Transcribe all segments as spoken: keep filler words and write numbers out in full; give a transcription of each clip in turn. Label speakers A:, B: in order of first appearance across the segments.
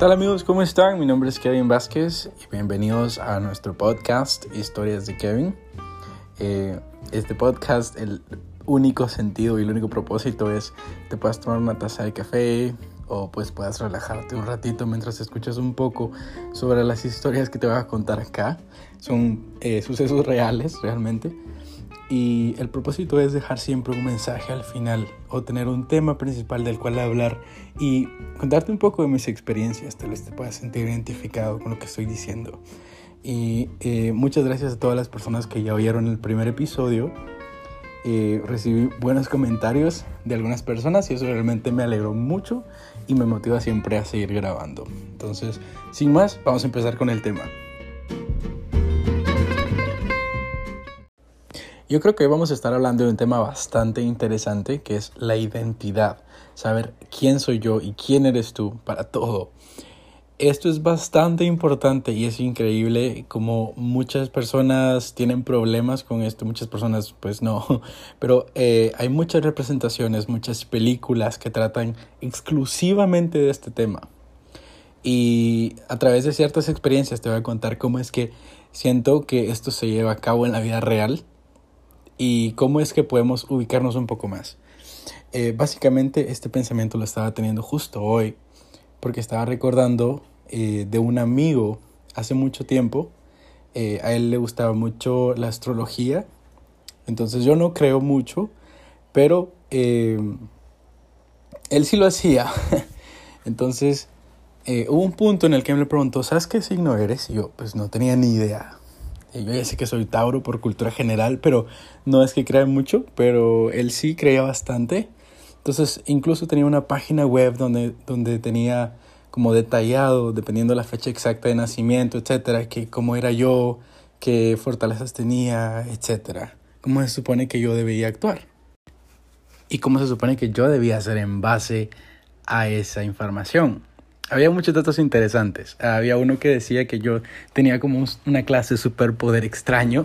A: tal amigos? ¿Cómo están? Mi nombre es Kevin Vázquez y bienvenidos a nuestro podcast Historias de Kevin. Eh, este podcast, el único sentido y el único propósito es que te puedas tomar una taza de café o pues puedas relajarte un ratito mientras escuchas un poco sobre las historias que te voy a contar acá. Son eh, sucesos reales realmente. Y el propósito es dejar siempre un mensaje al final o tener un tema principal del cual hablar y contarte un poco de mis experiencias, tal vez te puedas sentir identificado con lo que estoy diciendo. Y eh, muchas gracias a todas las personas que ya oyeron el primer episodio. Eh, recibí buenos comentarios de algunas personas y eso realmente me alegró mucho y me motiva siempre a seguir grabando. Entonces, sin más, vamos a empezar con el tema. Yo creo que hoy vamos a estar hablando de un tema bastante interesante que es la identidad. Saber quién soy yo y quién eres tú para todo. Esto es bastante importante y es increíble como muchas personas tienen problemas con esto. Muchas personas pues no. Pero eh, hay muchas representaciones, muchas películas que tratan exclusivamente de este tema. Y a través de ciertas experiencias te voy a contar cómo es que siento que esto se lleva a cabo en la vida real. Y cómo es que podemos ubicarnos un poco más. Eh, básicamente este pensamiento lo estaba teniendo justo hoy. Porque estaba recordando eh, de un amigo hace mucho tiempo. Eh, a él le gustaba mucho la astrología. Entonces yo no creo mucho. Pero eh, él sí lo hacía. Entonces eh, hubo un punto en el que él me preguntó, ¿sabes qué signo eres? Y yo pues no tenía ni idea. Yo ya sé que soy Tauro por cultura general, pero no es que crea mucho, pero él sí creía bastante. Entonces, incluso tenía una página web donde, donde tenía como detallado, dependiendo de la fecha exacta de nacimiento, etcétera, que cómo era yo, qué fortalezas tenía, etcétera. Cómo se supone que yo debía actuar. Y cómo se supone que yo debía hacer en base a esa información. Había muchos datos interesantes. Había uno que decía que yo tenía como un, una clase de superpoder extraño.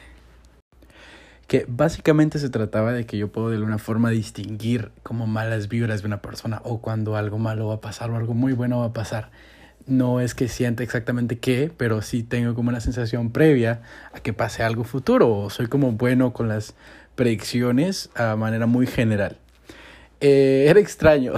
A: Que básicamente se trataba de que yo puedo de alguna forma distinguir como malas vibras de una persona. O cuando algo malo va a pasar o algo muy bueno va a pasar. No es que sienta exactamente qué, pero sí tengo como una sensación previa a que pase algo futuro. O soy como bueno con las predicciones a manera muy general. Eh, era extraño.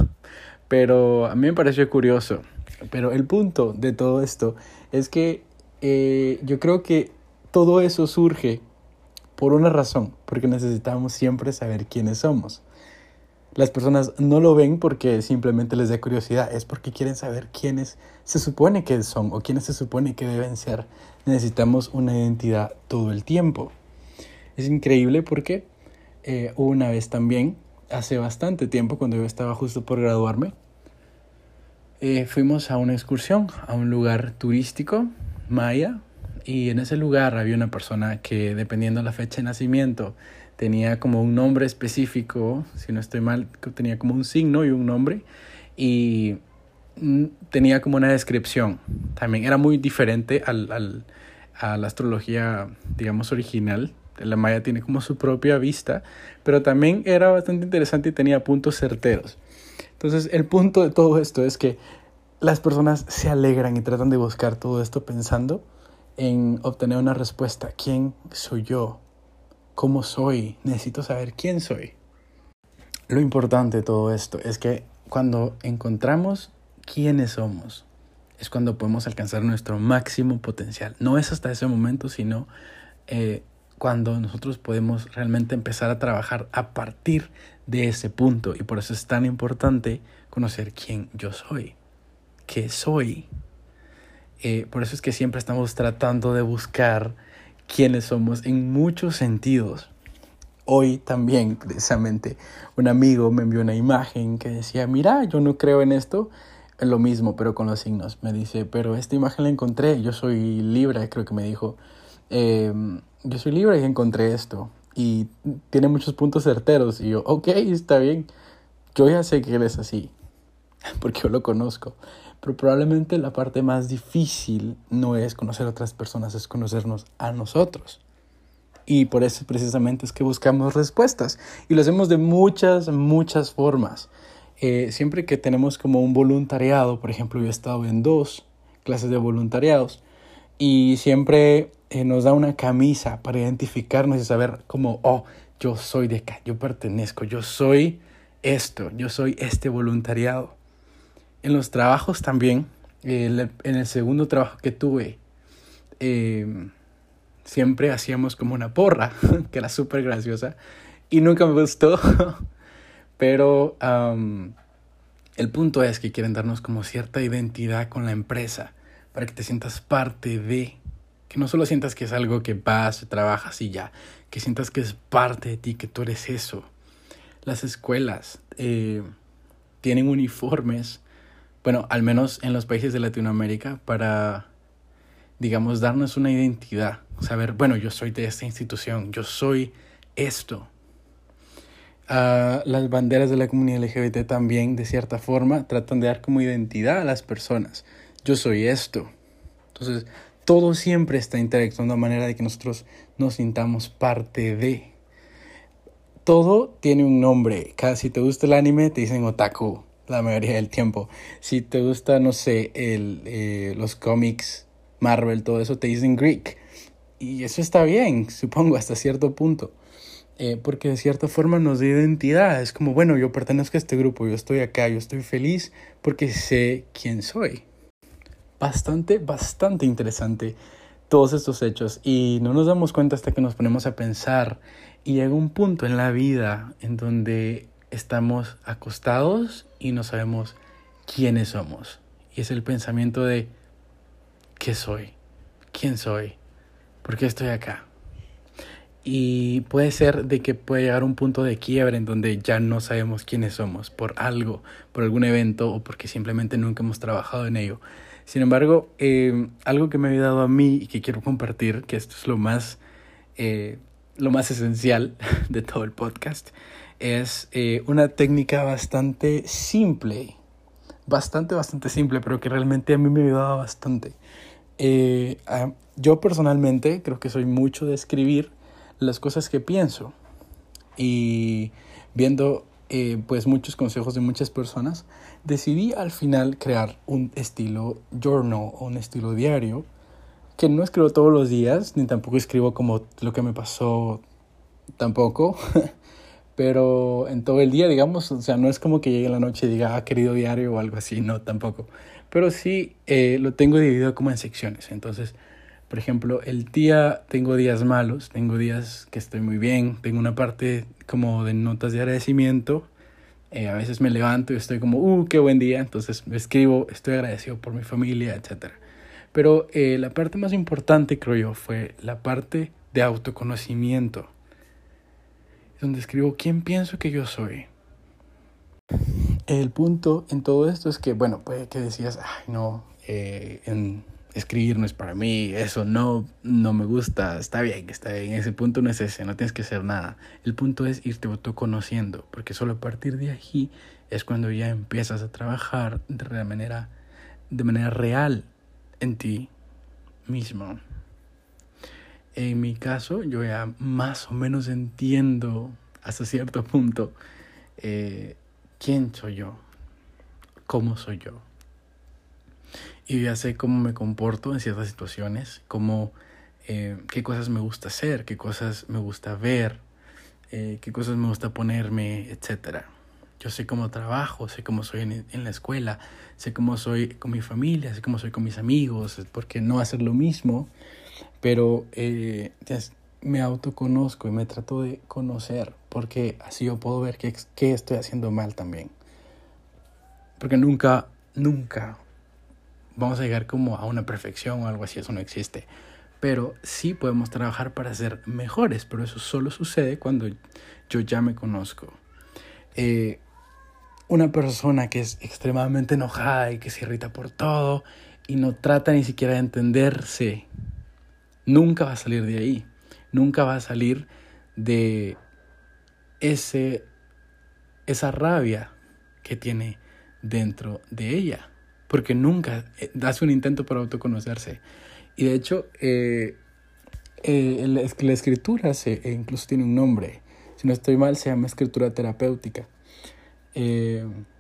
A: Pero a mí me pareció curioso. Pero el punto de todo esto es que eh, yo creo que todo eso surge por una razón. Porque necesitamos siempre saber quiénes somos. Las personas no lo ven porque simplemente les da curiosidad. Es porque quieren saber quiénes se supone que son o quiénes se supone que deben ser. Necesitamos una identidad todo el tiempo. Es increíble porque eh, una vez también, hace bastante tiempo, cuando yo estaba justo por graduarme, Eh, fuimos a una excursión a un lugar turístico maya y en ese lugar había una persona que dependiendo de la fecha de nacimiento tenía como un nombre específico, si no estoy mal, tenía como un signo y un nombre y mm, tenía como una descripción. También era muy diferente al, al, a la astrología, digamos, original. La maya tiene como su propia vista, pero también era bastante interesante y tenía puntos certeros. Entonces, el punto de todo esto es que las personas se alegran y tratan de buscar todo esto pensando en obtener una respuesta. ¿Quién soy yo? ¿Cómo soy? Necesito saber quién soy. Lo importante de todo esto es que cuando encontramos quiénes somos, es cuando podemos alcanzar nuestro máximo potencial. No es hasta ese momento, sino eh, cuando nosotros podemos realmente empezar a trabajar a partir de ese punto. Y por eso es tan importante conocer quién yo soy, qué soy. Eh, por eso es que siempre estamos tratando de buscar quiénes somos en muchos sentidos. Hoy también, precisamente, un amigo me envió una imagen que decía, mira, yo no creo en esto. Lo mismo, pero con los signos. Me dice, pero esta imagen la encontré. Yo soy Libra, creo que me dijo. Eh, yo soy Libra y encontré esto. Y tiene muchos puntos certeros. Y yo, ok, está bien. Yo ya sé que él es así. Porque yo lo conozco. Pero probablemente la parte más difícil no es conocer a otras personas, es conocernos a nosotros. Y por eso precisamente es que buscamos respuestas. Y lo hacemos de muchas, muchas formas. eh, siempre que tenemos como un voluntariado, por ejemplo, yo he estado en dos clases de voluntariados y siempre eh, nos da una camisa para identificarnos y saber como, oh, yo soy de acá, yo pertenezco, yo soy esto, yo soy este voluntariado. En los trabajos también, eh, le- en el segundo trabajo que tuve, eh, siempre hacíamos como una porra, que era súper graciosa y nunca me gustó, pero am, el punto es que quieren darnos como cierta identidad con la empresa para que te sientas parte de, que no solo sientas que es algo que vas, trabajas y ya, que sientas que es parte de ti, que tú eres eso. Las escuelas eh, tienen uniformes, bueno, al menos en los países de Latinoamérica, para, digamos, darnos una identidad. Saber, bueno, yo soy de esta institución, yo soy esto. Uh, las banderas de la comunidad L G B T también, de cierta forma, tratan de dar como identidad a las personas. Yo soy esto. Entonces, todo siempre está interactuando de manera de que nosotros nos sintamos parte de. Todo tiene un nombre. Cada, si te gusta el anime, te dicen otaku la mayoría del tiempo. Si te gusta, no sé, el, eh, los cómics, Marvel, todo eso, te dicen Greek. Y eso está bien, supongo, hasta cierto punto. Eh, porque de cierta forma nos da identidad. Es como, bueno, yo pertenezco a este grupo, yo estoy acá, yo estoy feliz porque sé quién soy. Bastante, bastante interesante todos estos hechos y no nos damos cuenta hasta que nos ponemos a pensar y llega un punto en la vida en donde estamos acostados y no sabemos quiénes somos. Y es el pensamiento de ¿qué soy? ¿Quién soy? ¿Por qué estoy acá? Y puede ser de que puede llegar un punto de quiebre en donde ya no sabemos quiénes somos por algo, por algún evento o porque simplemente nunca hemos trabajado en ello. Sin embargo, eh, algo que me ha ayudado a mí y que quiero compartir, que esto es lo más, eh, lo más esencial de todo el podcast, es eh, una técnica bastante simple, bastante, bastante simple, pero que realmente a mí me ha ayudado bastante. Eh, a, yo personalmente creo que soy mucho de escribir las cosas que pienso y viendo eh, pues muchos consejos de muchas personas, decidí al final crear un estilo journal o un estilo diario que no escribo todos los días, ni tampoco escribo como lo que me pasó tampoco, pero en todo el día, digamos, o sea, no es como que llegue en la noche y diga, ah, querido diario o algo así, no, tampoco. Pero sí eh, lo tengo dividido como en secciones, entonces, por ejemplo, el día, tengo días malos, tengo días que estoy muy bien, tengo una parte como de notas de agradecimiento, eh, a veces me levanto y estoy como, uh, qué buen día, entonces me escribo, estoy agradecido por mi familia, etcétera. Pero eh, la parte más importante, creo yo, fue la parte de autoconocimiento, donde escribo quién pienso que yo soy. El punto en todo esto es que, bueno, puede que decías, ay, no, eh, en escribir no es para mí, eso no, no me gusta, está bien, está bien, ese punto no es ese, no tienes que hacer nada. El punto es irte autoconociendo, porque solo a partir de aquí es cuando ya empiezas a trabajar de manera, de manera real en ti mismo. En mi caso, yo ya más o menos entiendo hasta cierto punto eh, quién soy yo, cómo soy yo. Y ya sé cómo me comporto en ciertas situaciones, cómo, eh, qué cosas me gusta hacer, qué cosas me gusta ver, eh, qué cosas me gusta ponerme, etcétera. Yo sé cómo trabajo, sé cómo soy en, en la escuela, sé cómo soy con mi familia, sé cómo soy con mis amigos, porque no hacer lo mismo, pero eh, me autoconozco y me trato de conocer, porque así yo puedo ver qué, qué estoy haciendo mal también. Porque nunca, nunca vamos a llegar como a una perfección o algo así, eso no existe. Pero sí podemos trabajar para ser mejores, pero eso solo sucede cuando yo ya me conozco. Eh, una persona que es extremadamente enojada y que se irrita por todo y no trata ni siquiera de entenderse, nunca va a salir de ahí. Nunca va a salir de ese, esa rabia que tiene dentro de ella. Porque nunca hace un intento por autoconocerse. Y de hecho, eh, eh, la, la escritura se, eh, incluso tiene un nombre. Si no estoy mal, se llama escritura terapéutica. Eh,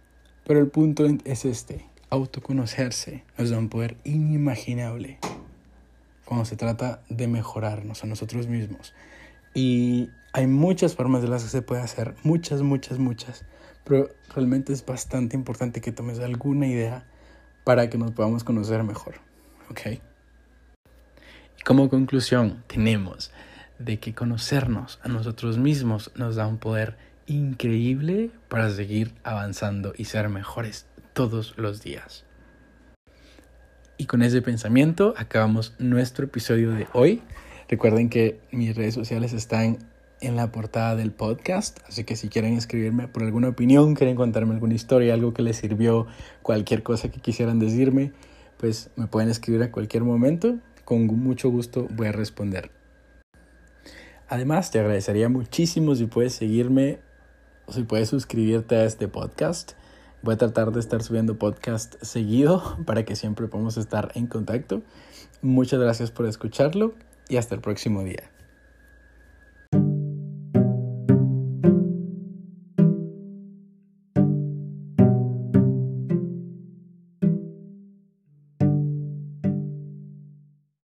A: Pero el punto es este: autoconocerse nos da un poder inimaginable cuando se trata de mejorarnos a nosotros mismos. Y hay muchas formas de las que se puede hacer, muchas, muchas, muchas. Pero realmente es bastante importante que tomes alguna idea para que nos podamos conocer mejor, ¿ok? Y como conclusión tenemos de que conocernos a nosotros mismos nos da un poder increíble para seguir avanzando y ser mejores todos los días. Y con ese pensamiento acabamos nuestro episodio de hoy. Recuerden que mis redes sociales están en la portada del podcast, así que si quieren escribirme por alguna opinión, quieren contarme alguna historia, algo que les sirvió, cualquier cosa que quisieran decirme, pues me pueden escribir a cualquier momento. Con mucho gusto voy a responder. Además, te agradecería muchísimo si puedes seguirme o si puedes suscribirte a este podcast. Voy a tratar de estar subiendo podcast seguido para que siempre podamos estar en contacto. Muchas gracias por escucharlo y hasta el próximo día.